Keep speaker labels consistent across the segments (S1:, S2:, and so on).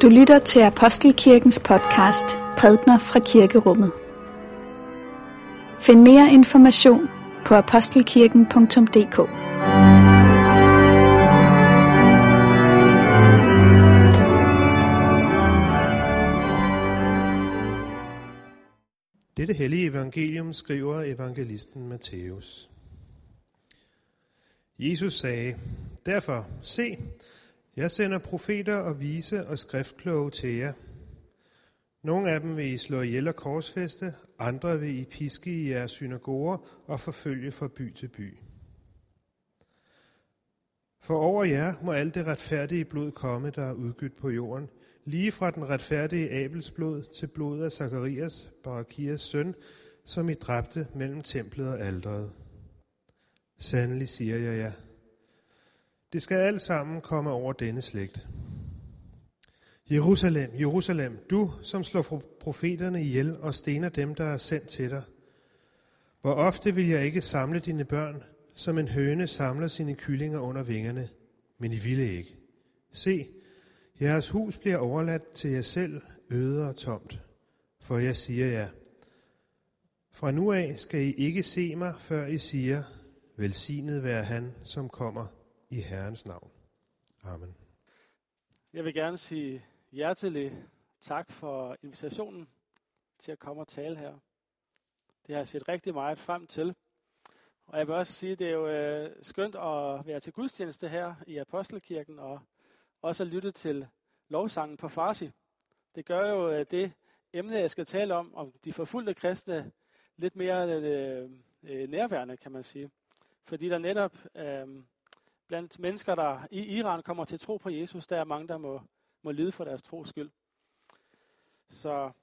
S1: Du lytter til Apostelkirkens podcast Prædner fra Kirkerummet. Find mere information på apostelkirken.dk.
S2: Dette hellige evangelium skriver evangelisten Matthæus. Jesus sagde: Derfor, se, jeg sender profeter og vise og skriftkloge til jer. Nogle af dem vil I slå ihjel og korsfæste, andre vil I piske i jeres synagoger og forfølge fra by til by. For over jer må alt det retfærdige blod komme, der er udgydt på jorden, lige fra den retfærdige Abels blod til blodet af Zakarias, Barakias søn, som I dræbte mellem templet og alteret. Sandelig siger jeg jer, det skal alt sammen komme over denne slægt. Jerusalem, Jerusalem, du som slår profeterne ihjel og stener dem, der er sendt til dig. Hvor ofte vil jeg ikke samle dine børn, som en høne samler sine kyllinger under vingerne, men I ville ikke. Se, jeres hus bliver overladt til jer selv, øde og tomt. For jeg siger jer, fra nu af skal I ikke se mig, før I siger, velsignet være han, som kommer i Herrens navn. Amen.
S3: Jeg vil gerne sige hjertelig tak for invitationen til at komme og tale her. Det har jeg set rigtig meget frem til. Og jeg vil også sige, at det er jo skønt at være til gudstjeneste her i Apostelkirken og også at lytte til lovsangen på farsi. Det gør jo det emne, jeg skal tale om de forfulgte kristne, lidt mere nærværende, kan man sige. Fordi der netop blandt mennesker, der i Iran kommer til tro på Jesus, der er mange, der må lide for deres tros skyld. Så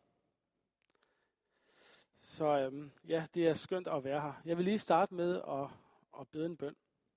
S3: ja, det er skønt at være her. Jeg vil lige starte med at bede en bøn.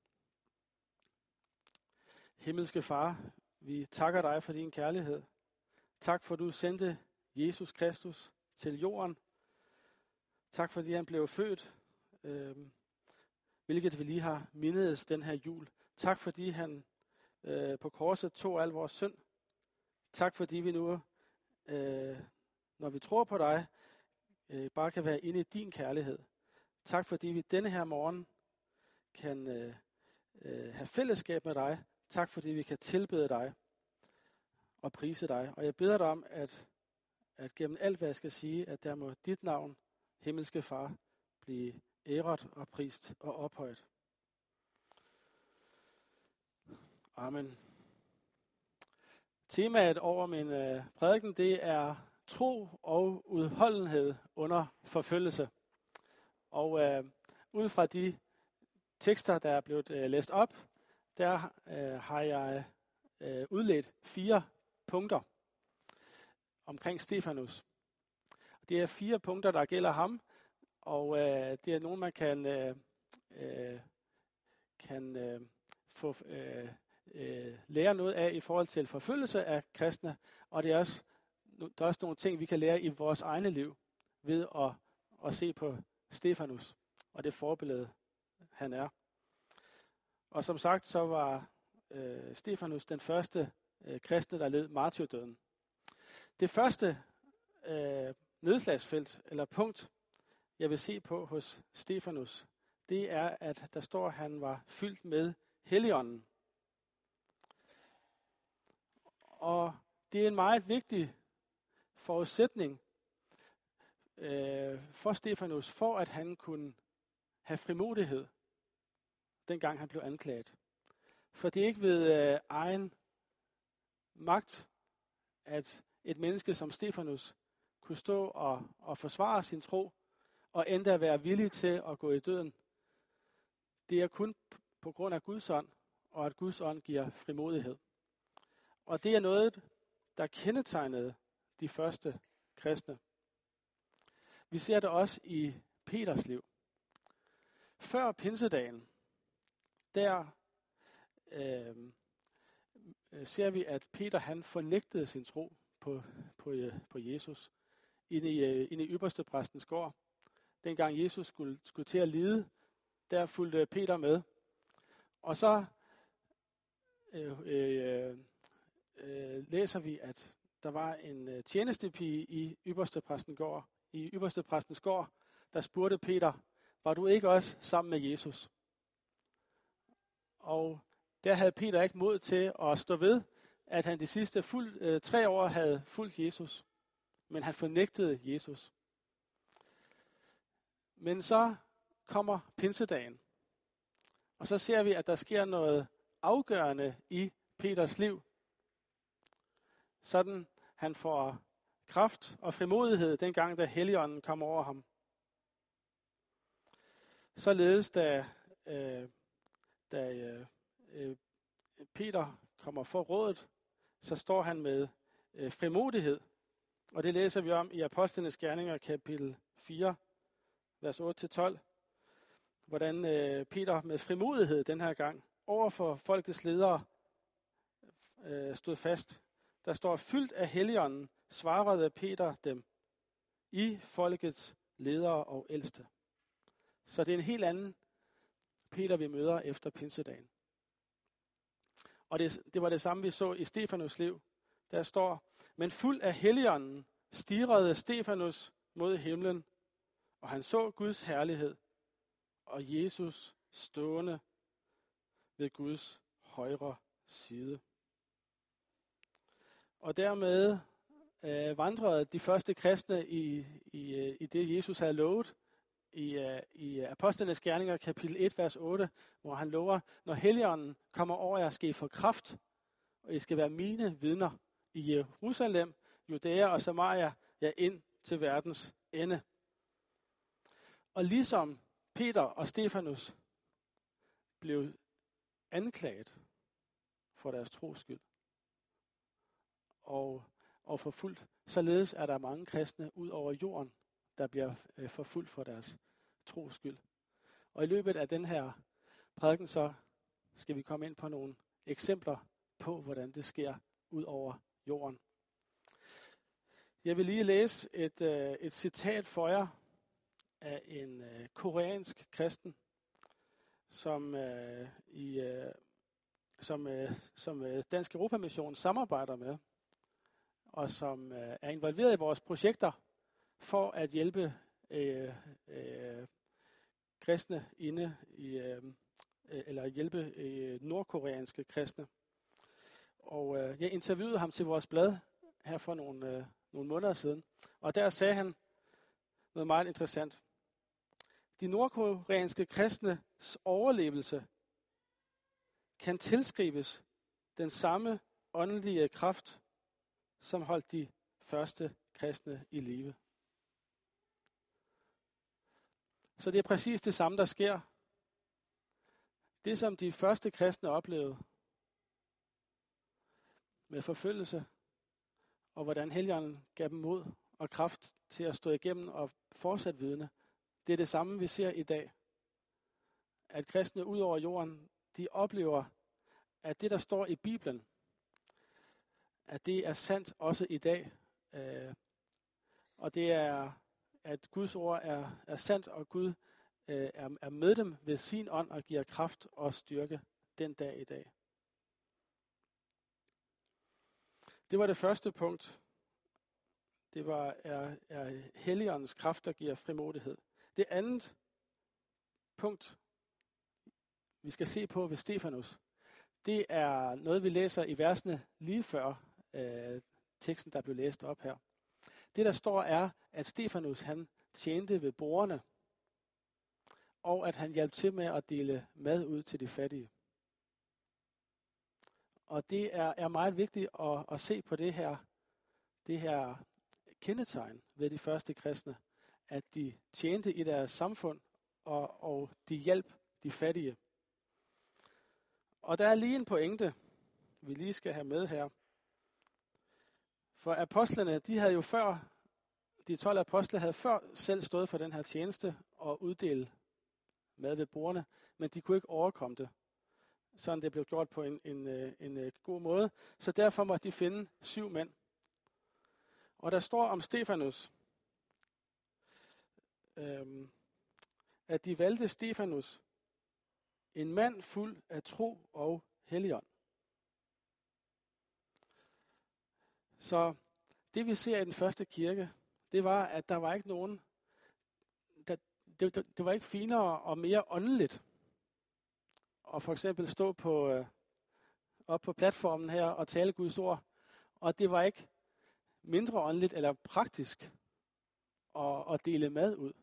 S3: Himmelske Far, vi takker dig for din kærlighed. Tak for, du sendte Jesus Kristus til jorden. Tak fordi han blev født, hvilket vi lige har mindedes den her jul. Tak fordi han på korset tog al vores synd. Tak fordi vi nu, når vi tror på dig, bare kan være inde i din kærlighed. Tak fordi vi denne her morgen kan have fællesskab med dig. Tak fordi vi kan tilbede dig og prise dig. Og jeg beder dig om, at gennem alt, hvad jeg skal sige, at der må dit navn, himmelske Far, blive æret og prist og ophøjet. Amen. Temaet over min prædiken, det er tro og udholdenhed under forfølgelse. Og ud fra de tekster, der er blevet læst op, der har jeg udledt 4 punkter omkring Stefanus. Det er 4 punkter, der gælder ham, og det er nogle, man kan få lære noget af i forhold til forfølgelse af kristne, og der er også nogle ting, vi kan lære i vores egne liv ved at se på Stefanus og det forbillede, han er. Og som sagt, så var Stefanus den første kristne, der led martyrdøden. Det første nedslagsfelt eller punkt, jeg vil se på hos Stefanus, det er, at der står, at han var fyldt med Helligånden. Og det er en meget vigtig forudsætning for Stefanus, for at han kunne have frimodighed, dengang han blev anklaget. For det er ikke ved egen magt, at et menneske som Stefanus kunne stå og forsvare sin tro, og endda være villig til at gå i døden. Det er kun på grund af Guds ånd, og at Guds ånd giver frimodighed. Og det er noget, der kendetegnede de første kristne. Vi ser det også i Peters liv. Før pinsedagen, der ser vi, at Peter han fornægtede sin tro på Jesus inde i ypperstepræstens gård. Dengang Jesus skulle til at lide, der fulgte Peter med. Og så læser vi, at der var en tjenestepige i ypperstepræstens gård, der spurgte Peter, var du ikke også sammen med Jesus? Og der havde Peter ikke mod til at stå ved, at han de sidste 3 år havde fulgt Jesus. Men han fornægtede Jesus. Men så kommer pinsedagen. Og så ser vi, at der sker noget afgørende i Peters liv. Sådan han får kraft og frimodighed, dengang da Helligånden kom over ham. Således da Peter kommer for rådet, så står han med frimodighed. Og det læser vi om i Apostlenes Gerninger, kapitel 4, vers 8-12. Hvordan Peter med frimodighed den her gang over for folkets ledere stod fast. Der står, fyldt af Helligånden, svarede Peter dem, I folkets ledere og ældste. Så det er en helt anden Peter, vi møder efter pinsedagen. Og det var det samme, vi så i Stefanus liv. Der står, men fuld af Helligånden stirrede Stefanus mod himlen, og han så Guds herlighed, og Jesus stående ved Guds højre side. Og dermed vandrede de første kristne i det, Jesus havde lovet i Apostlenes Gerninger, kapitel 1, vers 8, hvor han lover, når Helligånden kommer over jer, skal I få kraft, og I skal være mine vidner i Jerusalem, Judæa og Samaria, ja ind til verdens ende. Og ligesom Peter og Stefanus blev anklaget for deres tros skyld og forfulgt, således er der mange kristne ud over jorden, der bliver forfulgt for deres tros skyld. Og i løbet af den her prædiken, så skal vi komme ind på nogle eksempler på, hvordan det sker ud over jorden. Jeg vil lige læse et citat for jer af en koreansk kristen, som Dansk Europamission samarbejder med, og som er involveret i vores projekter for at hjælpe kristne inde eller hjælpe nordkoreanske kristne. Og jeg interviewede ham til vores blad her for nogle måneder siden, og der sagde han noget meget interessant. De nordkoreanske kristnes overlevelse kan tilskrives den samme åndelige kraft, som holdt de første kristne i live. Så det er præcis det samme, der sker. Det, som de første kristne oplevede med forfølgelse, og hvordan Helligånden gav dem mod og kraft til at stå igennem og fortsat vidne, det er det samme, vi ser i dag. At kristne ud over jorden, de oplever, at det, der står i Bibelen, at det er sandt også i dag. Og det er, at Guds ord er sandt, og Gud er med dem ved sin ånd og giver kraft og styrke den dag i dag. Det var det første punkt. Det er Helligåndens kraft, der giver frimodighed. Det andet punkt, vi skal se på ved Stefanus, det er noget, vi læser i versene lige før teksten, der blev læst op her. Det, der står, er, at Stefanus, han tjente ved bordene, og at han hjalp til med at dele mad ud til de fattige. Og det er meget vigtigt at se på det her kendetegn ved de første kristne, at de tjente i deres samfund, og de hjalp de fattige. Og der er lige en pointe, vi lige skal have med her. For apostlene, de 12 apostle havde før selv stået for den her tjeneste og uddele mad ved bordene, men de kunne ikke overkomme det. Sådan det blev gjort på en god måde. Så derfor måtte de finde 7 mænd. Og der står om Stefanus, at de valgte Stefanus, en mand fuld af tro og Helligånd. Så det vi ser i den første kirke, det var, at der var ikke nogen, det var ikke finere og mere åndeligt at for eksempel stå op på platformen her og tale Guds ord, og det var ikke mindre åndeligt eller praktisk at dele mad ud.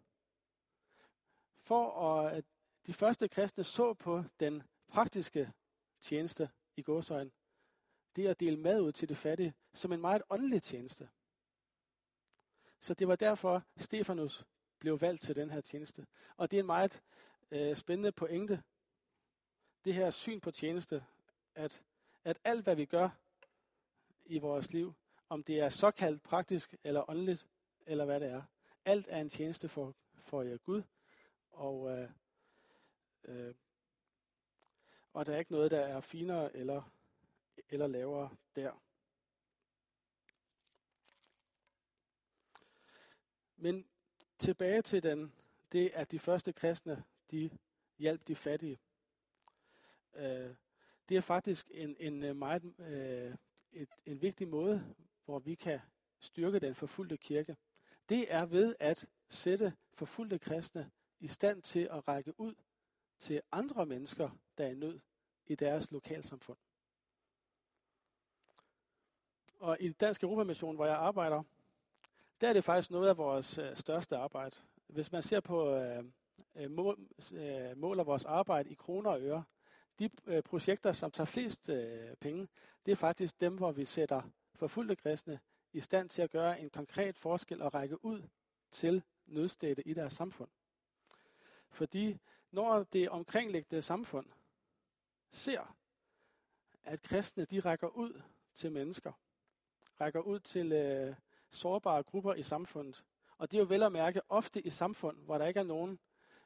S3: At de første kristne så på den praktiske tjeneste i gåseøjne, det at dele mad ud til de fattige, som en meget åndelig tjeneste. Så det var derfor, Stefanus blev valgt til den her tjeneste. Og det er en meget spændende pointe, det her syn på tjeneste, at alt hvad vi gør i vores liv, om det er såkaldt praktisk eller åndeligt, eller hvad det er, alt er en tjeneste for Gud, og der er ikke noget, der er finere eller lavere der. Men tilbage til det, at de første kristne, de hjalp de fattige. Det er faktisk en vigtig måde, hvor vi kan styrke den forfulgte kirke. Det er ved at sætte forfulgte kristne i stand til at række ud til andre mennesker, der er i nød i deres lokalsamfund. Og i Dansk Europamission, hvor jeg arbejder, der er det faktisk noget af vores største arbejde. Hvis man ser på måler vores arbejde i kroner og øre, de projekter, som tager flest penge, det er faktisk dem, hvor vi sætter forfulgte kristne i stand til at gøre en konkret forskel og række ud til nødstedte i deres samfund. Fordi når det omkringliggende samfund ser, at kristne de rækker ud til mennesker, rækker ud til sårbare grupper i samfundet, og det er jo vel at mærke ofte i samfund, hvor der ikke er nogen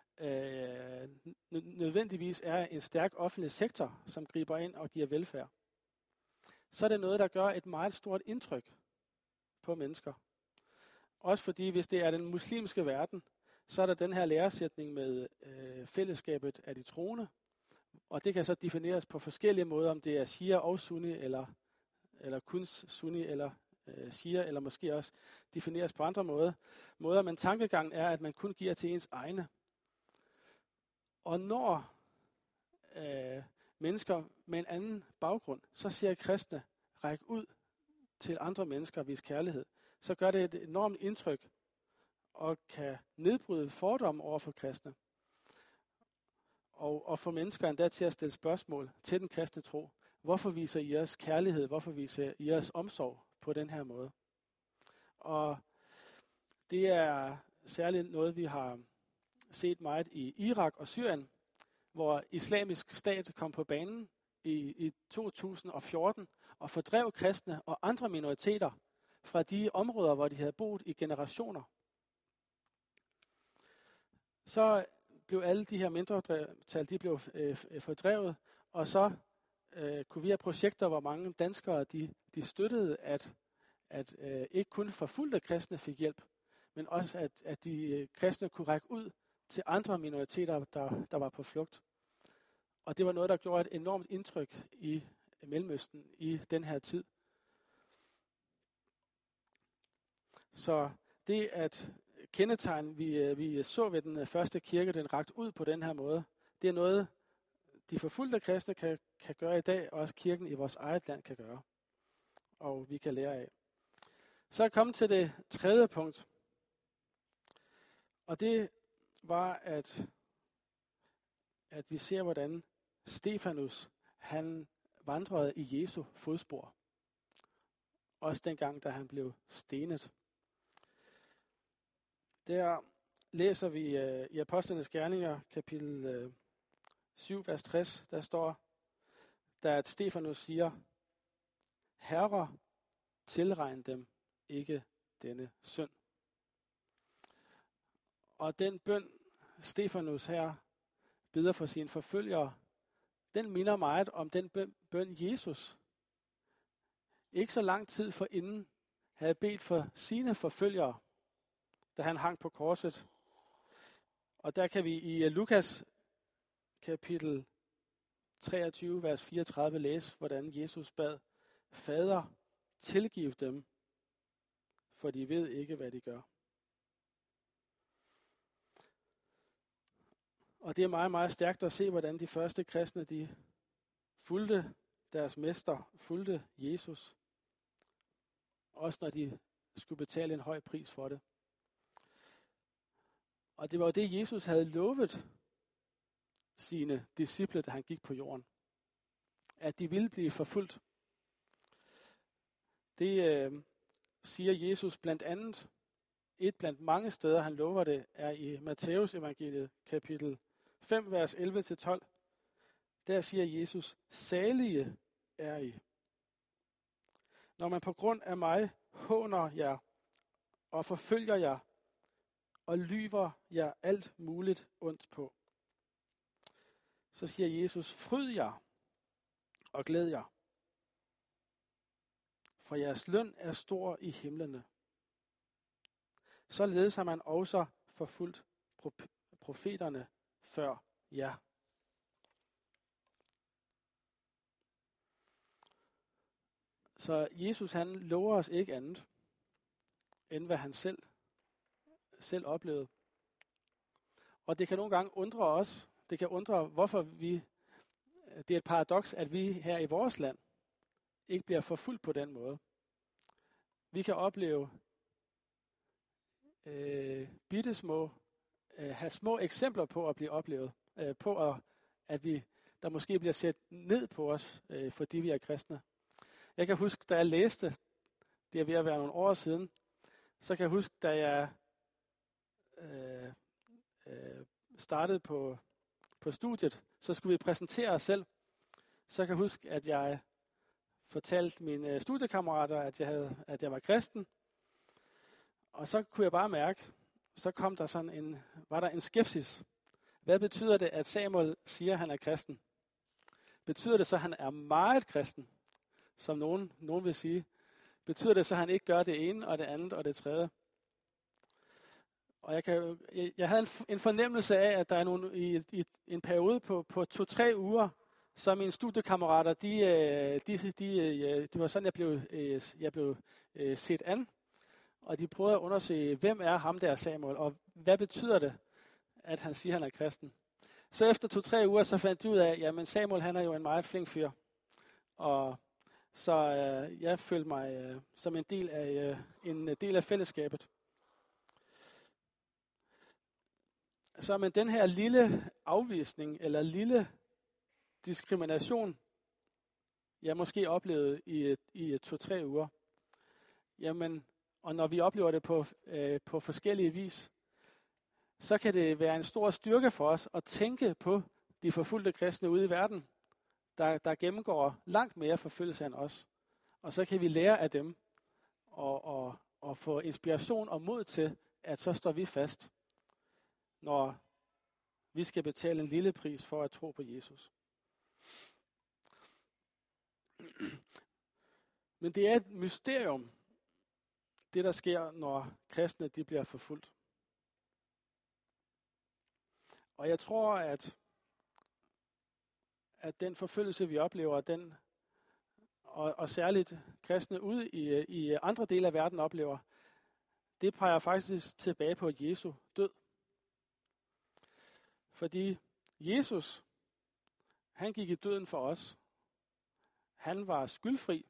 S3: nødvendigvis er en stærk offentlig sektor, som griber ind og giver velfærd, så er det noget, der gør et meget stort indtryk på mennesker. Også fordi, hvis det er den muslimske verden, så er der den her læresætning med fællesskabet af de troende, og det kan så defineres på forskellige måder, om det er shia og sunni, eller kun sunni, eller shia, eller måske også defineres på andre måder, men tankegangen er, at man kun giver til ens egne. Og når mennesker med en anden baggrund, så ser kristne række ud til andre mennesker og vise kærlighed, så gør det et enormt indtryk og kan nedbryde fordomme over for kristne. Og få mennesker endda til at stille spørgsmål til den kristne tro. Hvorfor viser I os kærlighed? Hvorfor viser I os omsorg på den her måde? Og det er særligt noget, vi har set meget i Irak og Syrien, hvor Islamisk Stat kom på banen i 2014 og fordrev kristne og andre minoriteter fra de områder, hvor de havde boet i generationer. Så blev alle de her mindretal, de blev fordrevet, og så kunne vi have projekter, hvor mange danskere de støttede, at ikke kun forfulgte kristne fik hjælp, men også at de kristne kunne række ud til andre minoriteter, der var på flugt. Og det var noget, der gjorde et enormt indtryk i Mellemøsten i den her tid. Så det at kendetegn, vi så ved den første kirke, den rakt ud på den her måde, det er noget, de forfulgte kristne kan gøre i dag, og også kirken i vores eget land kan gøre. Og vi kan lære af. Så er jeg kommet til det tredje punkt. Og det var, at vi ser, hvordan Stefanus, han vandrede i Jesu fodspor. Også dengang, da han blev stenet. Der læser vi i Apostlenes Gerninger, kapitel 7, vers 60, der står, at Stefanus siger, Herre, tilregn dem ikke denne synd. Og den bøn, Stefanus her beder for sine forfølgere, den minder meget om den bøn Jesus ikke så lang tid forinden havde bedt for sine forfølgere, da han hang på korset. Og der kan vi i Lukas kapitel 23, vers 34 læse, hvordan Jesus bad, Fader, tilgiv dem, for de ved ikke, hvad de gør. Og det er meget, meget stærkt at se, hvordan de første kristne, de fulgte deres mester, fulgte Jesus. Også når de skulle betale en høj pris for det. Og det var jo det, Jesus havde lovet sine disciple, da han gik på jorden. At de ville blive forfulgt. Det siger Jesus blandt andet. Et blandt mange steder, han lover det, er i Matthæus evangeliet, kapitel 5, vers 11-12. Der siger Jesus, salige er I. Når man på grund af mig håner jer og forfølger jer og lyver jer alt muligt ondt på, så siger Jesus, fryd jer og glæd jer, for jeres løn er stor i himlene. Således har man også forfulgt profeterne før jer. Så Jesus han lover os ikke andet, end hvad han selv oplevede. Og det kan nogle gange undre os. Det kan undre, hvorfor det er et paradoks, at vi her i vores land ikke bliver forfulgt på den måde. Vi kan opleve have små eksempler på at blive oplevet, at der måske bliver set ned på os, fordi vi er kristne. Jeg kan huske, da jeg læste, det er ved at være nogle år siden, så kan jeg huske, da jeg startede på studiet, så skulle vi præsentere os selv. Så kan jeg huske, at jeg fortalte mine studiekammerater, at jeg var kristen. Og så kunne jeg bare mærke, så kom der var der en skepsis. Hvad betyder det, at Samuel siger, at han er kristen? Betyder det så, at han er meget kristen, som nogen vil sige? Betyder det så, at han ikke gør det ene, og det andet, og det tredje? Og jeg havde en fornemmelse af, at der er nogle i en periode på 2-3 uger, så mine studiekammerater, det var sådan, jeg blev set an. Og de prøvede at undersøge, hvem er ham der Samuel, og hvad betyder det, at han siger, at han er kristen. Så efter 2-3 uger, så fandt de ud af, at Samuel han er jo en meget flink fyr. Og så jeg følte mig som en del af fællesskabet. Så men den her lille afvisning, eller lille diskrimination, jeg måske oplevede i 2-3 uger, og når vi oplever det på forskellige vis, så kan det være en stor styrke for os at tænke på de forfulgte kristne ude i verden, der gennemgår langt mere forfølgelse end os. Og så kan vi lære af dem og få inspiration og mod til, at så står vi fast, når vi skal betale en lille pris for at tro på Jesus. Men det er et mysterium, det der sker, når kristne de bliver forfulgt. Og jeg tror, at den forfølgelse, vi oplever, og særligt kristne ude i andre dele af verden oplever, det peger faktisk tilbage på Jesu død. Fordi Jesus, han gik i døden for os. Han var skyldfri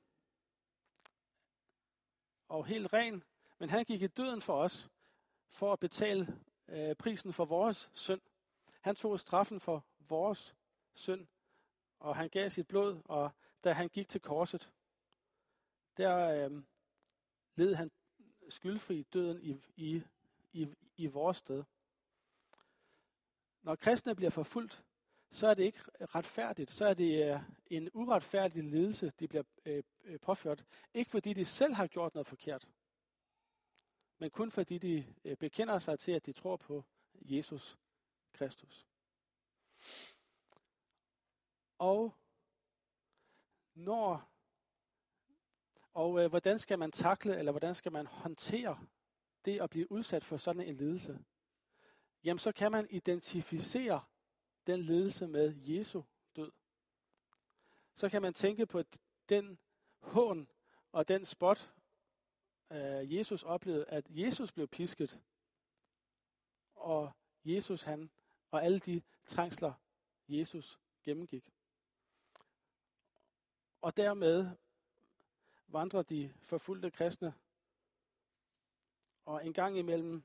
S3: og helt ren, men han gik i døden for os, for at betale prisen for vores synd. Han tog straffen for vores synd, og han gav sit blod, og da han gik til korset, der led han skyldfri døden i vores sted. Når kristne bliver forfulgt, så er det ikke retfærdigt. Så er det en uretfærdig lidelse, de bliver påført. Ikke fordi de selv har gjort noget forkert, men kun fordi de bekender sig til, at de tror på Jesus Kristus. Og hvordan skal man takle, eller hvordan skal man håndtere det at blive udsat for sådan en lidelse? Jamen, så kan man identificere den lidelse med Jesu død. Så kan man tænke på den hån og den spot, Jesus oplevede, at Jesus blev pisket, og Jesus og alle de trængsler, Jesus gennemgik. Og dermed vandrer de forfulgte kristne, og en gang imellem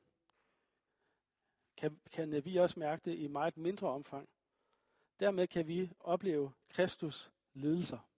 S3: kan vi også mærke det i meget mindre omfang. Dermed kan vi opleve Kristus lidelser.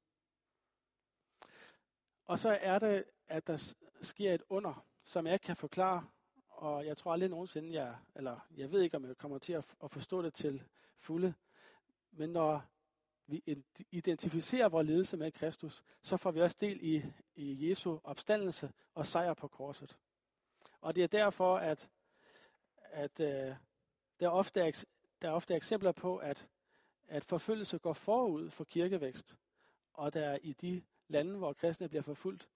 S3: Og så er det, at der sker et under, som jeg ikke kan forklare, og jeg tror aldrig nogensinde, jeg ved ikke, om jeg kommer til at forstå det til fulde, men når vi identificerer vores lidelse med Kristus, så får vi også del i Jesu opstandelse og sejr på korset. Og det er derfor, at der ofte er eksempler på, at forfølgelse går forud for kirkevækst, og der er i de lande, hvor kristne bliver forfulgt,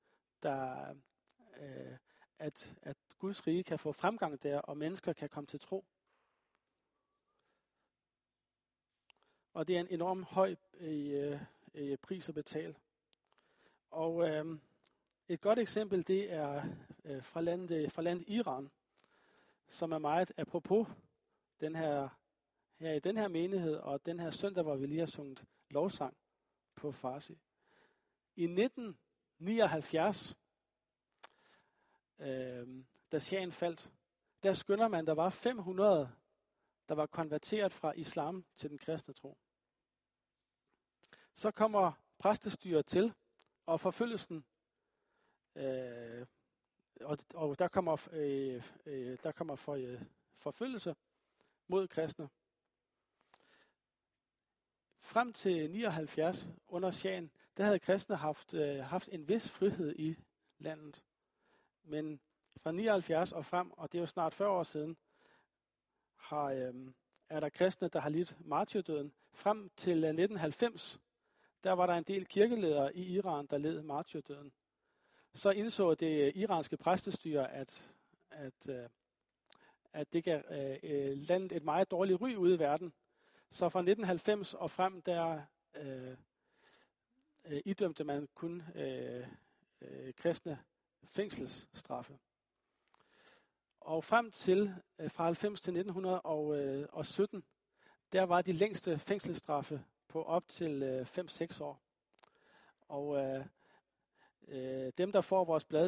S3: at Guds rige kan få fremgang der, og mennesker kan komme til tro. Og det er en enorm høj pris at betale. Og et godt eksempel, det er fra landet Iran, som er meget apropos her i den her menighed, og den her søndag, hvor vi lige har sunget lovsang på farsi. I 1979, da shahen faldt, der skynder man, der var 500, der var konverteret fra islam til den kristne tro. Så kommer præstestyret til, og forfølgelsen, og der kommer forfølgelse mod kristne. Frem til 79 under shahen, der havde kristne haft en vis frihed i landet. Men fra 79 og frem, og det er jo snart 40 år siden, er der kristne, der har lidt martyrdøden. Frem til 1990, der var der en del kirkeledere i Iran, der led martyrdøden. Så indså det iranske præstestyre, at det gav landet et meget dårligt ry ude i verden. Så fra 1990 og frem, der idømte man kun kristne fængselsstraffe. Og frem til fra 90 til 1917, der var de længste fængselsstraffe på op til 5-6 år. Og dem, der får vores blad,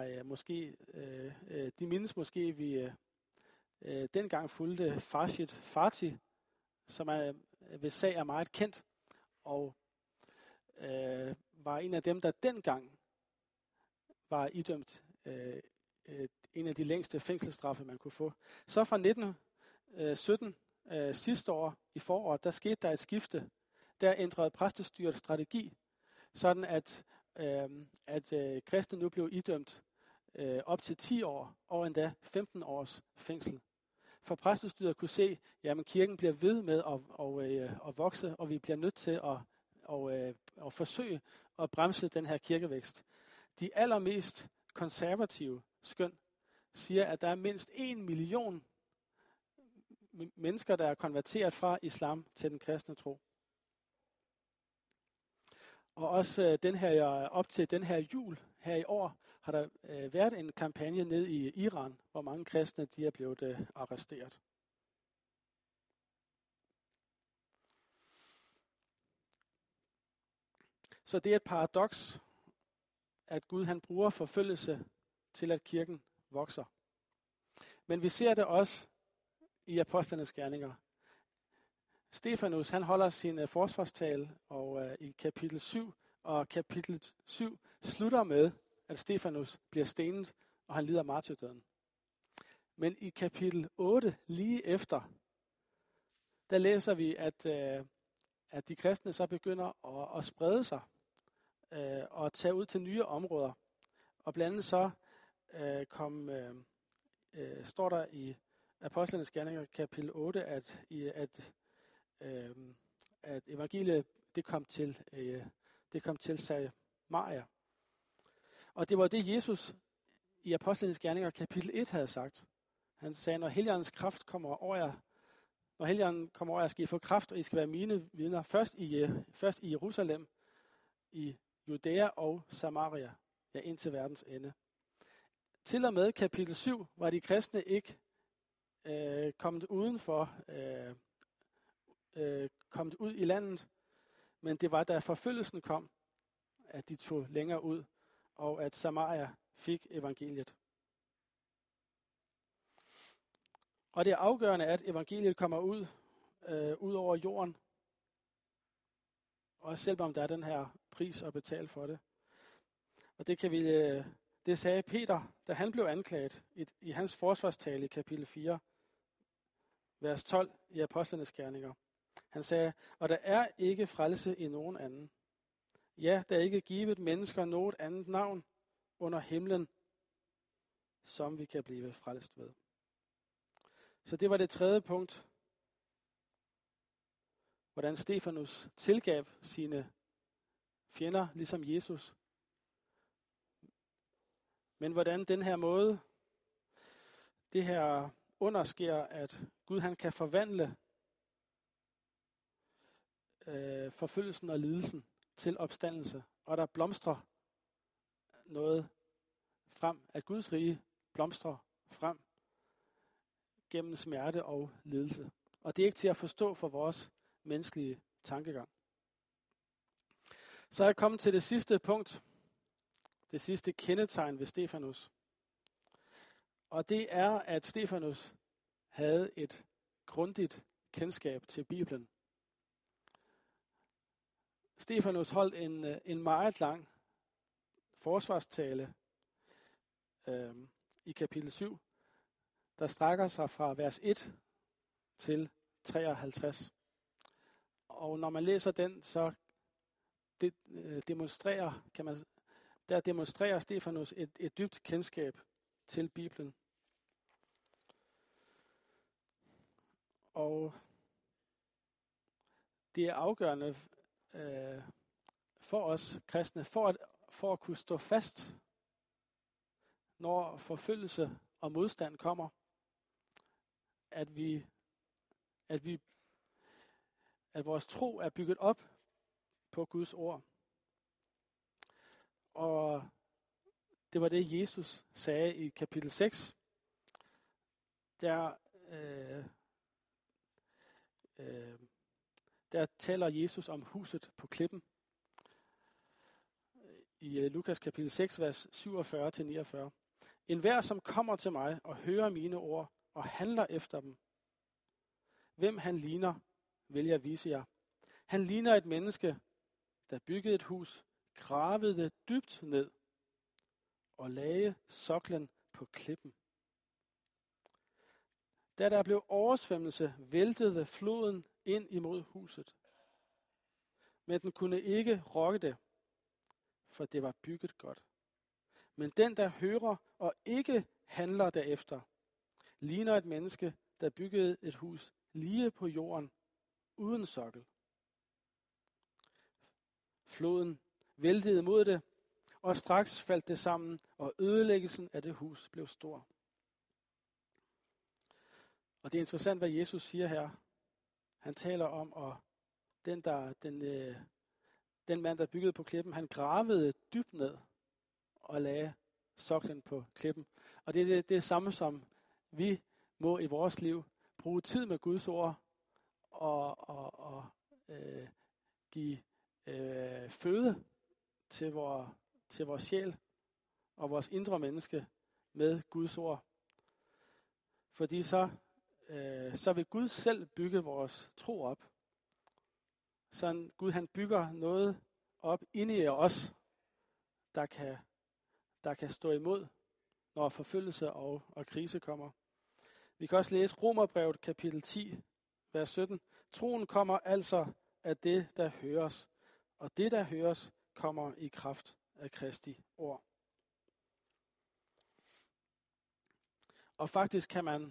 S3: de mindes måske, vi dengang fulgte Farshid Fati, som ved sag er meget kendt, og var en af dem, der dengang var idømt en af de længste fængselsstraffe, man kunne få. Så fra 1917, sidste år i foråret, der skete der et skifte. Der ændrede præstestyrets strategi, sådan at kristne nu blev idømt op til 10 år og endda 15 års fængsel. For præstestyret kunne se, at kirken bliver ved med at vokse, og vi bliver nødt til at forsøge at bremse den her kirkevækst. De allermest konservative skøn siger, at der er mindst 1 million mennesker, der er konverteret fra islam til den kristne tro. Og også op til den her jul her i år, har der været en kampagne ned i Iran, hvor mange kristne de er blevet arresteret. Så det er et paradoks, at Gud han bruger forfølgelse til, at kirken vokser. Men vi ser det også i apostlenes gerninger. Stefanus, han holder sin forsvarstale, og i kapitel 7, og kapitel 7 slutter med, at Stefanus bliver stenet, og han lider martyrdøden. Men i kapitel 8, lige efter, der læser vi, at de kristne så begynder at sprede sig, og tage ud til nye områder. Og blandt andet så står der i apostlenes gerninger, kapitel 8, at evangeliet det kom til Samaria. Og det var det, Jesus i apostlenes gerninger, kapitel 1 havde sagt. Han sagde, når Helligåndens kraft kommer over jer, når Helligånden kommer over jer, skal I få kraft, og I skal være mine vidner først i Jerusalem, i Judæa og Samaria, ja, indtil verdens ende. Til og med kapitel 7 var de kristne ikke kommet udenfor, kommet ud i landet, men det var, da forfølgelsen kom, at de tog længere ud, og at Samaria fik evangeliet. Og det er afgørende, at evangeliet kommer ud over jorden, også selvom der er den her pris at betale for det. Og det sagde Peter, da han blev anklaget i hans forsvarstale i kapitel 4, vers 12 i Apostlenes Gerninger. Han sagde, og der er ikke frelse i nogen anden. Ja, der er ikke givet mennesker noget andet navn under himlen, som vi kan blive frelst ved. Så det var det tredje punkt, hvordan Stefanus tilgav sine fjender, ligesom Jesus. Men hvordan den her måde, det her undersker, at Gud han kan forvandle forfølgelsen og lidelsen til opstandelse, og der blomstrer noget frem, at Guds rige blomstrer frem gennem smerte og lidelse. Og det er ikke til at forstå for vores menneskelige tankegang. Så er jeg kommet til det sidste punkt, det sidste kendetegn ved Stefanus. Og det er, at Stefanus havde et grundigt kendskab til Bibelen. Stefanus holdt en meget lang forsvarstale i kapitel 7, der strækker sig fra vers 1 til 53. Og når man læser den, så demonstrerer Stefanus et dybt kendskab til Bibelen. Og det er afgørende for os kristne, for at kunne stå fast, når forfølgelse og modstand kommer, at vores tro er bygget op på Guds ord. Og det var det, Jesus sagde i kapitel 6. Der taler Jesus om huset på klippen. I Lukas kapitel 6, vers 47-49. Enhver, som kommer til mig og hører mine ord og handler efter dem, hvem han ligner, vil jeg vise jer. Han ligner et menneske, der byggede et hus, gravede det dybt ned og lagde soklen på klippen. Da der blev oversvømmelse, væltede floden ind imod huset. Men den kunne ikke rokke det, for det var bygget godt. Men den, der hører og ikke handler derefter, ligner et menneske, der byggede et hus lige på jorden, uden sokkel. Floden væltede mod det, og straks faldt det sammen, og ødelæggelsen af det hus blev stor. Og det er interessant, hvad Jesus siger her. Han taler om, at den mand, der byggede på klippen, han gravede dybt ned og lagde soklen på klippen. Og det er det samme, som vi må i vores liv bruge tid med Guds ord og give føde til vores sjæl og vores indre menneske med Guds ord. Fordi så vil Gud selv bygge vores tro op. Så Gud han bygger noget op inde i os, der kan stå imod, når forfølgelse og krise kommer. Vi kan også læse Romerbrevet kapitel 10, vers 17. Troen kommer altså af det, der høres, og det, der høres, kommer i kraft af Kristi ord. Og faktisk kan man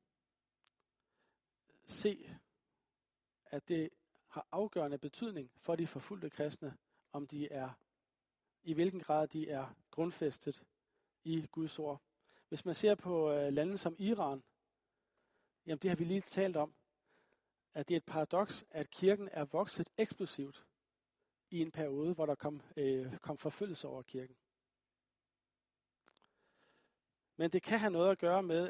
S3: se, at det har afgørende betydning for de forfulgte kristne, om i hvilken grad de er grundfæstet i Guds ord. Hvis man ser på lande som Iran, jamen det har vi lige talt om, at det er et paradoks, at kirken er vokset eksplosivt i en periode, hvor der kom forfølgelse over kirken. Men det kan have noget at gøre med,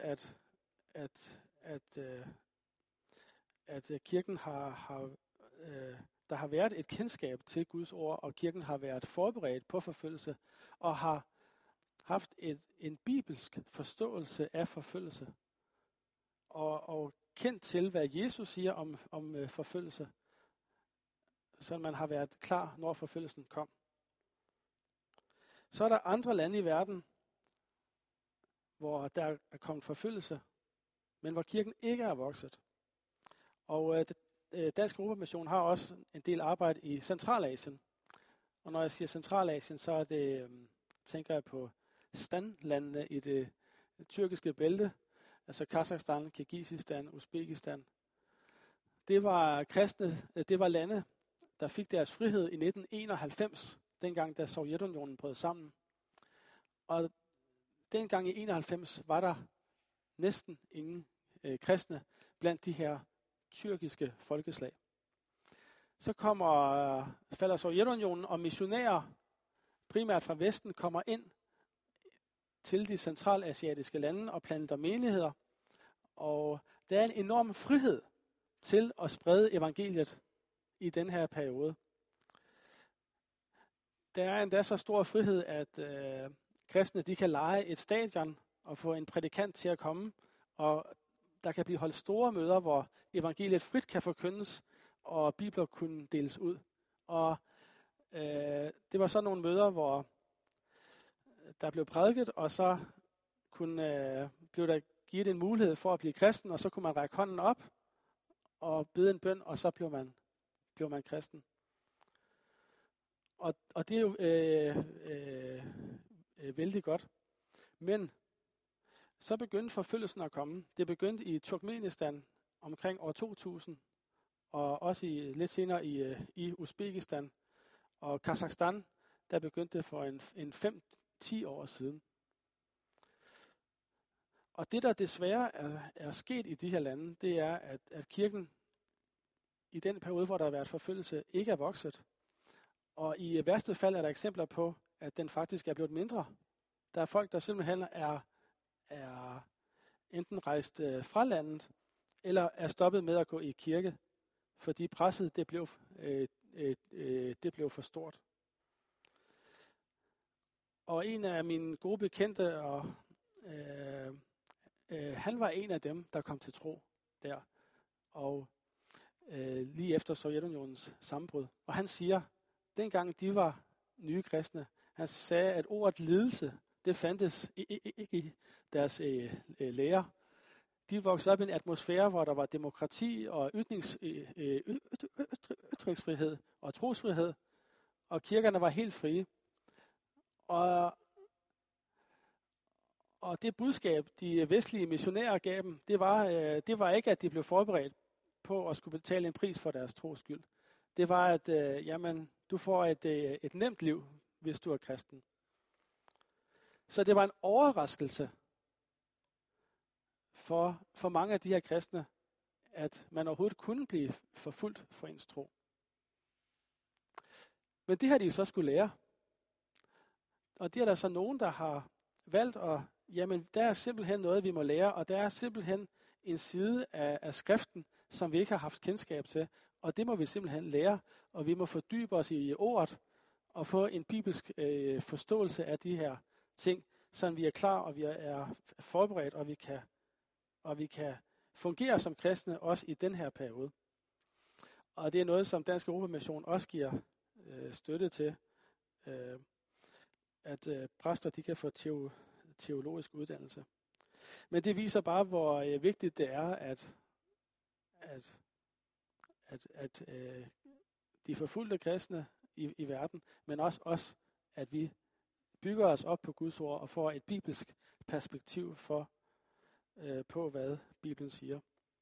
S3: at kirken der har været et kendskab til Guds ord, og kirken har været forberedt på forfølgelse, og har haft en bibelsk forståelse af forfølgelse, og kendt til, hvad Jesus siger om forfølgelse, så man har været klar, når forfølgelsen kom. Så er der andre lande i verden, hvor der er kommet forfølgelse, men hvor kirken ikke er vokset. Og Dansk Europamission har også en del arbejde i Centralasien. Og når jeg siger Centralasien, så er det, tænker jeg på standlandene i det tyrkiske bælte, altså Kazakhstan, Kirgisistan, Uzbekistan. Det var kristne, det var lande, der fik deres frihed i 1991, dengang da Sovjetunionen brød sammen. Og dengang i 91 var der næsten ingen kristne blandt de her tyrkiske folkeslag. Så falder Sovjetunionen, og missionærer, primært fra Vesten, kommer ind til de centralasiatiske lande og planter menigheder. Og der er en enorm frihed til at sprede evangeliet i den her periode. Der er endda så stor frihed, at kristne de kan leje et stadion og få en prædikant til at komme, og der kan blive holdt store møder, hvor evangeliet frit kan forkyndes, og bibler kunne deles ud. Og det var så nogle møder, hvor der blev prædiket, og så blev der givet en mulighed for at blive kristen, og så kunne man række hånden op og bede en bøn, og så blev man kristen. Og det er jo vældig godt. Men så begyndte forfølgelsen at komme. Det begyndte i Turkmenistan omkring år 2000, og også lidt senere i Uzbekistan og Kazakhstan, der begyndte det for en 5-10 år siden. Og det, der desværre er sket i de her lande, det er, at kirken i den periode, hvor der har været forfølgelse, ikke er vokset. Og i værste fald er der eksempler på, at den faktisk er blevet mindre. Der er folk, der simpelthen er enten rejst fra landet, eller er stoppet med at gå i kirke, fordi presset det blev for stort. Og en af mine gode bekendte, han var en af dem, der kom til tro der, og lige efter Sovjetunionens sammenbrud. Og han siger, dengang de var nye kristne, han sagde, at ordet lidelse, det fandtes ikke i deres lære. De voksede op i en atmosfære, hvor der var demokrati og ytringsfrihed og trosfrihed, og kirkerne var helt frie. Og det budskab, de vestlige missionærer gav dem, det var ikke, at de blev forberedt på at skulle betale en pris for deres tros skyld. Det var, at du får et nemt liv, hvis du er kristen. Så det var en overraskelse for mange af de her kristne, at man overhovedet kunne blive forfulgt for ens tro. Men det har de jo så skulle lære. Og det er der så nogen, der har valgt der er simpelthen noget, vi må lære, og der er simpelthen en side af skriften, som vi ikke har haft kendskab til, og det må vi simpelthen lære, og vi må fordybe os i ordet, og få en bibelsk forståelse af de her ting, så vi er klar, og vi er forberedt, og vi kan fungere som kristne også i den her periode. Og det er noget, som Dansk Europamission også giver støtte til, at præster de kan få teologisk uddannelse. Men det viser bare, hvor vigtigt det er, at de forfulgte kristne i verden, men også os, at vi bygger os op på Guds ord og får et bibelsk perspektiv på, hvad Bibelen siger.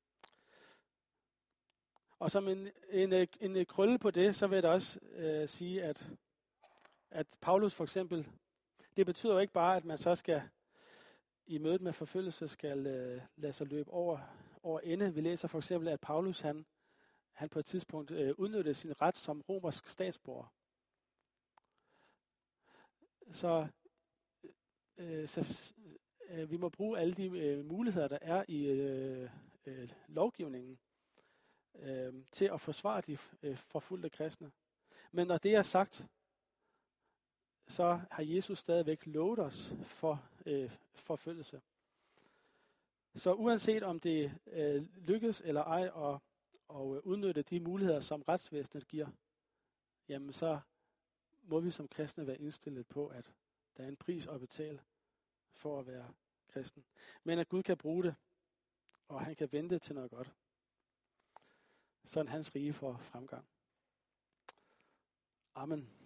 S3: Og som en krølle på det, så vil jeg da også sige, at Paulus for eksempel, det betyder jo ikke bare, at man så skal i mødet med forfølgelse skal lade sig løbe over ende. Vi læser for eksempel, at Paulus han på et tidspunkt udnyttede sin ret som romersk statsborger. Så vi må bruge alle de muligheder, der er i lovgivningen, til at forsvare de forfulgte kristne. Men når det er sagt, så har Jesus stadigvæk lovet os for forfølgelse. Så uanset om det lykkes eller ej at udnytte de muligheder, som retsvæsenet giver, jamen så må vi som kristne være indstillet på, at der er en pris at betale for at være kristen. Men at Gud kan bruge det, og han kan vende det til noget godt. Sådan hans rige får fremgang. Amen.